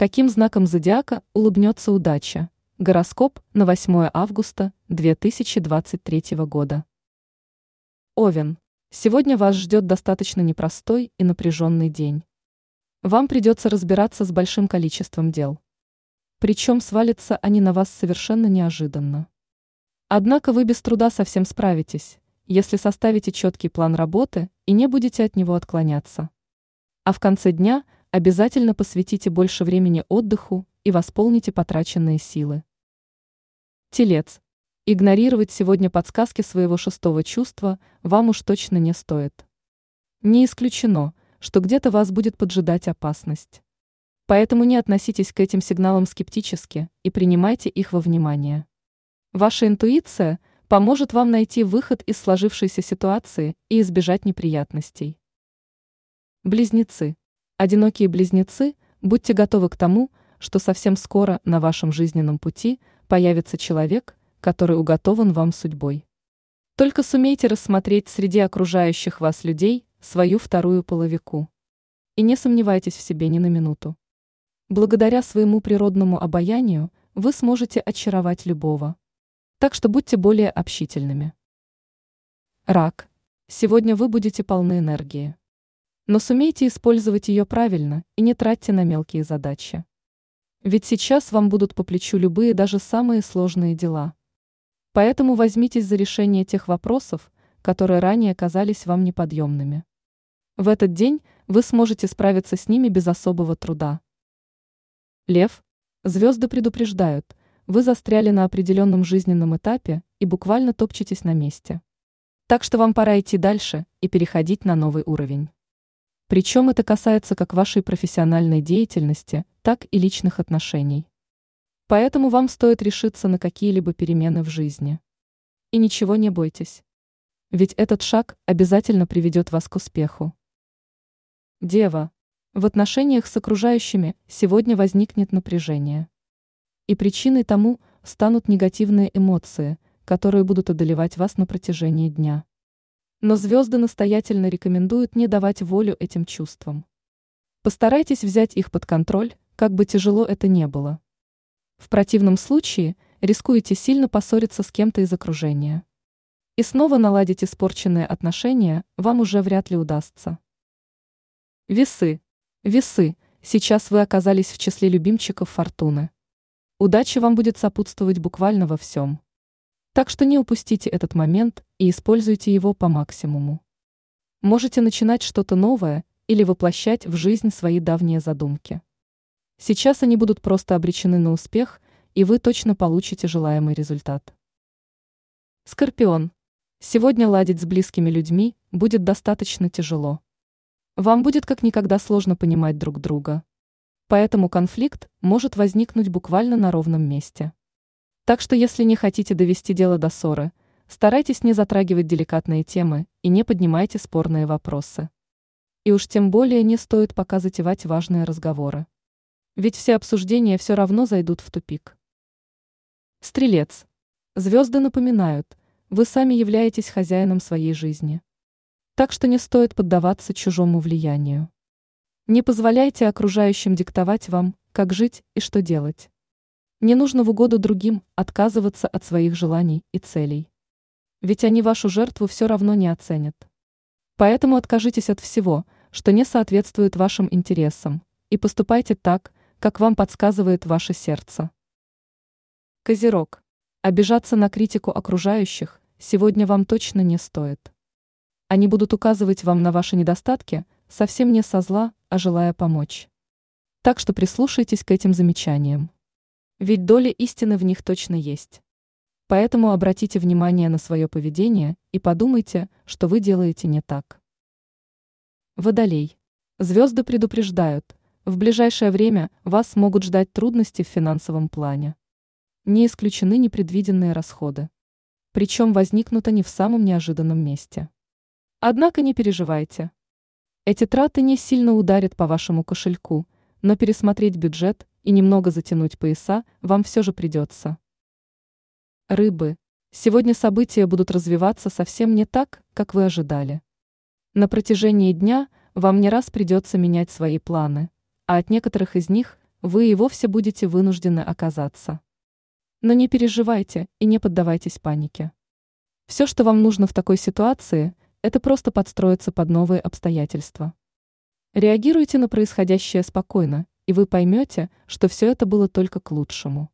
Каким знаком зодиака улыбнется удача? Гороскоп на 8 августа 2023 года. Овен. Сегодня вас ждет достаточно непростой и напряженный день. Вам придется разбираться с большим количеством дел. Причем свалятся они на вас совершенно неожиданно. Однако вы без труда совсем справитесь, если составите четкий план работы и не будете от него отклоняться. А в конце дня обязательно посвятите больше времени отдыху и восполните потраченные силы. Телец. Игнорировать сегодня подсказки своего шестого чувства вам уж точно не стоит. Не исключено, что где-то вас будет поджидать опасность. Поэтому не относитесь к этим сигналам скептически и принимайте их во внимание. Ваша интуиция поможет вам найти выход из сложившейся ситуации и избежать неприятностей. Близнецы. Одинокие близнецы, будьте готовы к тому, что совсем скоро на вашем жизненном пути появится человек, который уготован вам судьбой. Только сумейте рассмотреть среди окружающих вас людей свою вторую половику. И не сомневайтесь в себе ни на минуту. Благодаря своему природному обаянию вы сможете очаровать любого. Так что будьте более общительными. Рак. Сегодня вы будете полны энергии. Но сумейте использовать ее правильно и не тратьте на мелкие задачи. Ведь сейчас вам будут по плечу любые, даже самые сложные дела. Поэтому возьмитесь за решение тех вопросов, которые ранее казались вам неподъемными. В этот день вы сможете справиться с ними без особого труда. Лев. Звезды предупреждают, вы застряли на определенном жизненном этапе и буквально топчетесь на месте. Так что вам пора идти дальше и переходить на новый уровень. Причем это касается как вашей профессиональной деятельности, так и личных отношений. Поэтому вам стоит решиться на какие-либо перемены в жизни. И ничего не бойтесь. Ведь этот шаг обязательно приведет вас к успеху. Дева. В отношениях с окружающими сегодня возникнет напряжение. И причиной тому станут негативные эмоции, которые будут одолевать вас на протяжении дня. Но звезды настоятельно рекомендуют не давать волю этим чувствам. Постарайтесь взять их под контроль, как бы тяжело это ни было. В противном случае рискуете сильно поссориться с кем-то из окружения. И снова наладить испорченные отношения вам уже вряд ли удастся. Весы. Весы, сейчас вы оказались в числе любимчиков фортуны. Удача вам будет сопутствовать буквально во всем. Так что не упустите этот момент и используйте его по максимуму. Можете начинать что-то новое или воплощать в жизнь свои давние задумки. Сейчас они будут просто обречены на успех, и вы точно получите желаемый результат. Скорпион. Сегодня ладить с близкими людьми будет достаточно тяжело. Вам будет как никогда сложно понимать друг друга. Поэтому конфликт может возникнуть буквально на ровном месте. Так что если не хотите довести дело до ссоры, старайтесь не затрагивать деликатные темы и не поднимайте спорные вопросы. И уж тем более не стоит пока затевать важные разговоры. Ведь все обсуждения все равно зайдут в тупик. Стрелец. Звезды напоминают, вы сами являетесь хозяином своей жизни. Так что не стоит поддаваться чужому влиянию. Не позволяйте окружающим диктовать вам, как жить и что делать. Не нужно в угоду другим отказываться от своих желаний и целей. Ведь они вашу жертву все равно не оценят. Поэтому откажитесь от всего, что не соответствует вашим интересам, и поступайте так, как вам подсказывает ваше сердце. Козерог. Обижаться на критику окружающих сегодня вам точно не стоит. Они будут указывать вам на ваши недостатки совсем не со зла, а желая помочь. Так что прислушайтесь к этим замечаниям. Ведь доля истины в них точно есть. Поэтому обратите внимание на свое поведение и подумайте, что вы делаете не так. Водолей. Звезды предупреждают, в ближайшее время вас могут ждать трудности в финансовом плане. Не исключены непредвиденные расходы. Причем возникнут они в самом неожиданном месте. Однако не переживайте. Эти траты не сильно ударят по вашему кошельку, но пересмотреть бюджет и немного затянуть пояса вам все же придется. Рыбы. Сегодня события будут развиваться совсем не так, как вы ожидали. На протяжении дня вам не раз придется менять свои планы, а от некоторых из них вы и вовсе будете вынуждены оказаться. Но не переживайте и не поддавайтесь панике. Все, что вам нужно в такой ситуации, это просто подстроиться под новые обстоятельства. Реагируйте на происходящее спокойно, и вы поймете, что все это было только к лучшему.